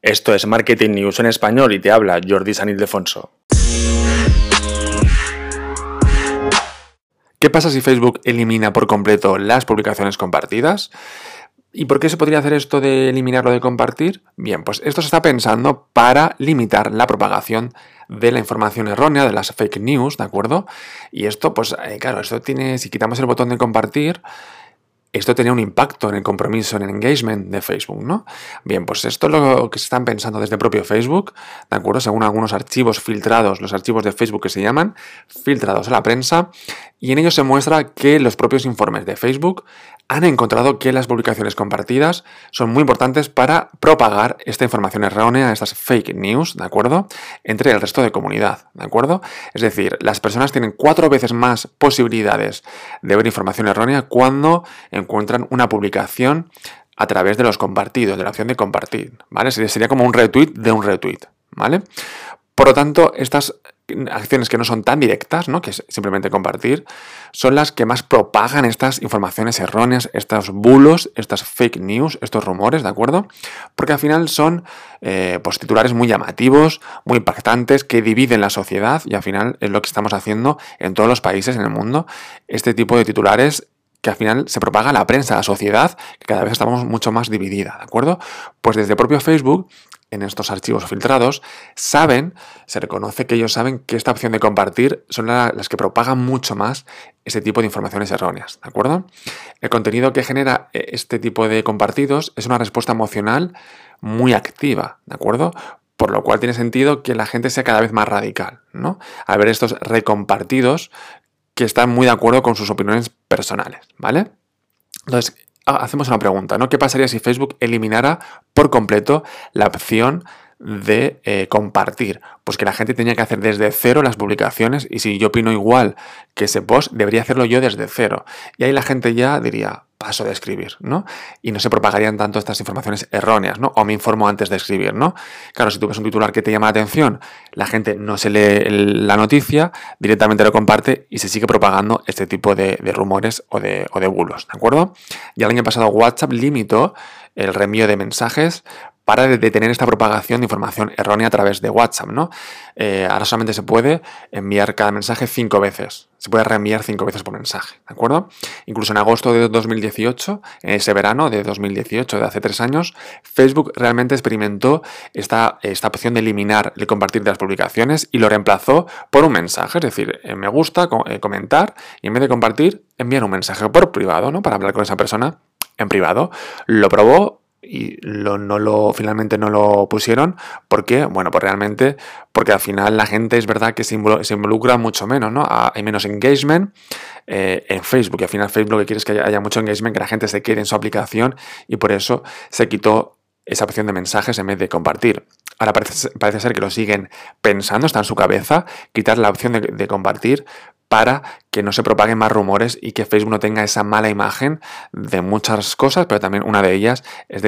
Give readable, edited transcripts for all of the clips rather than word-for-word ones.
Esto es Marketing News en español y te habla Jordi San Ildefonso. ¿Qué pasa si Facebook elimina por completo las publicaciones compartidas? ¿Y por qué se podría hacer esto de eliminarlo de compartir? Bien, pues esto se está pensando para limitar la propagación de la información errónea, de las fake news, ¿de acuerdo? Y esto, pues claro, esto tiene, si quitamos el botón de compartir, esto tenía un impacto en el compromiso, en el engagement de Facebook, ¿no? Bien, pues esto es lo que se están pensando desde el propio Facebook, ¿de acuerdo? Según algunos archivos filtrados, los archivos de Facebook que se llaman filtrados a la prensa, y en ellos se muestra que los propios informes de Facebook han encontrado que las publicaciones compartidas son muy importantes para propagar esta información errónea, estas fake news, ¿de acuerdo?, entre el resto de comunidad, ¿de acuerdo? Es decir, las personas tienen 4 veces más posibilidades de ver información errónea cuando encuentran una publicación a través de los compartidos, de la opción de compartir, ¿vale? Sería como un retweet de un retweet, ¿vale? Por lo tanto, estas acciones que no son tan directas, ¿no?, que es simplemente compartir, son las que más propagan estas informaciones erróneas, estos bulos, estas fake news, estos rumores, ¿de acuerdo? Porque al final son pues titulares muy llamativos, muy impactantes, que dividen la sociedad, y al final es lo que estamos haciendo en todos los países en el mundo, este tipo de titulares que al final se propaga a la prensa, a la sociedad, que cada vez estamos mucho más dividida, ¿de acuerdo? Pues desde el propio Facebook, en estos archivos filtrados, se reconoce que ellos saben que esta opción de compartir son las que propagan mucho más ese tipo de informaciones erróneas, ¿de acuerdo? El contenido que genera este tipo de compartidos es una respuesta emocional muy activa, ¿de acuerdo? Por lo cual tiene sentido que la gente sea cada vez más radical, ¿no? Al ver estos recompartidos que están muy de acuerdo con sus opiniones personales, ¿vale? Entonces, hacemos una pregunta, ¿no? ¿Qué pasaría si Facebook eliminara por completo la opción de compartir? Pues que la gente tenía que hacer desde cero las publicaciones, y si yo opino igual que ese post, debería hacerlo yo desde cero. Y ahí la gente ya diría, paso de escribir, ¿no? Y no se propagarían tanto estas informaciones erróneas, ¿no? O me informo antes de escribir, ¿no? Claro, si tú ves un titular que te llama la atención, la gente no se lee la noticia, directamente lo comparte y se sigue propagando este tipo de rumores o de bulos, ¿de acuerdo? Ya el año pasado WhatsApp limitó el reenvío de mensajes para detener esta propagación de información errónea a través de WhatsApp, ¿no? Ahora solamente se puede enviar cada mensaje 5 veces. Se puede reenviar 5 veces por mensaje, ¿de acuerdo? Incluso en agosto de 2018, en ese verano de 2018, de hace 3 años, Facebook realmente experimentó esta opción de eliminar el compartir de las publicaciones y lo reemplazó por un mensaje, es decir, me gusta, comentar, y en vez de compartir, enviar un mensaje por privado, ¿no? Para hablar con esa persona en privado. Lo probó y finalmente no lo pusieron. ¿Por qué? Bueno, pues realmente porque al final la gente es verdad que se involucra mucho menos, ¿no? Hay menos engagement en Facebook, y al final Facebook lo que quiere es que haya mucho engagement, que la gente se quede en su aplicación, y por eso se quitó esa opción de mensajes en vez de compartir. Ahora parece ser que lo siguen pensando, está en su cabeza, quitar la opción de compartir para que no se propaguen más rumores y que Facebook no tenga esa mala imagen de muchas cosas, pero también una de ellas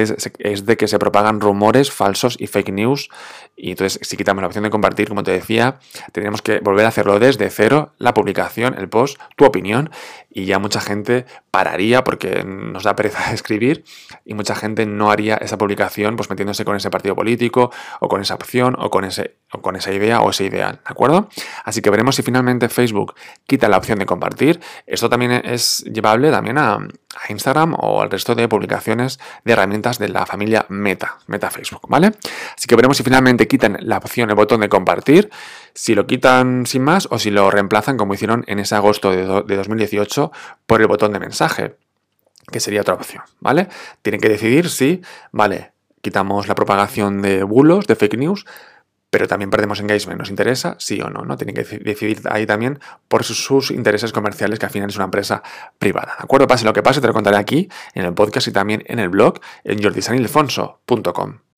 es de que se propagan rumores falsos y fake news. Y entonces, si quitamos la opción de compartir, como te decía, tendríamos que volver a hacerlo desde cero, la publicación, el post, tu opinión, y ya mucha gente pararía porque nos da pereza de escribir, y mucha gente no haría esa publicación pues metiéndose con ese partido político o con esa opción o con esa idea o ese ideal, ¿de acuerdo? Así que veremos si finalmente Facebook quita la opción de compartir. Esto también es llevable también a Instagram o al resto de publicaciones de herramientas de la familia Meta Facebook, ¿vale? Así que veremos si finalmente quitan la opción, el botón de compartir, si lo quitan sin más o si lo reemplazan como hicieron en ese agosto de 2018 por el botón de mensaje, que sería otra opción, ¿vale? Tienen que decidir si, vale, quitamos la propagación de bulos, de fake news, pero también perdemos engagement, ¿nos interesa? Sí o no, ¿no? Tienen que decidir ahí también por sus intereses comerciales, que al final es una empresa privada, ¿de acuerdo? Pase lo que pase, te lo contaré aquí en el podcast y también en el blog en jordisanildefonso.com.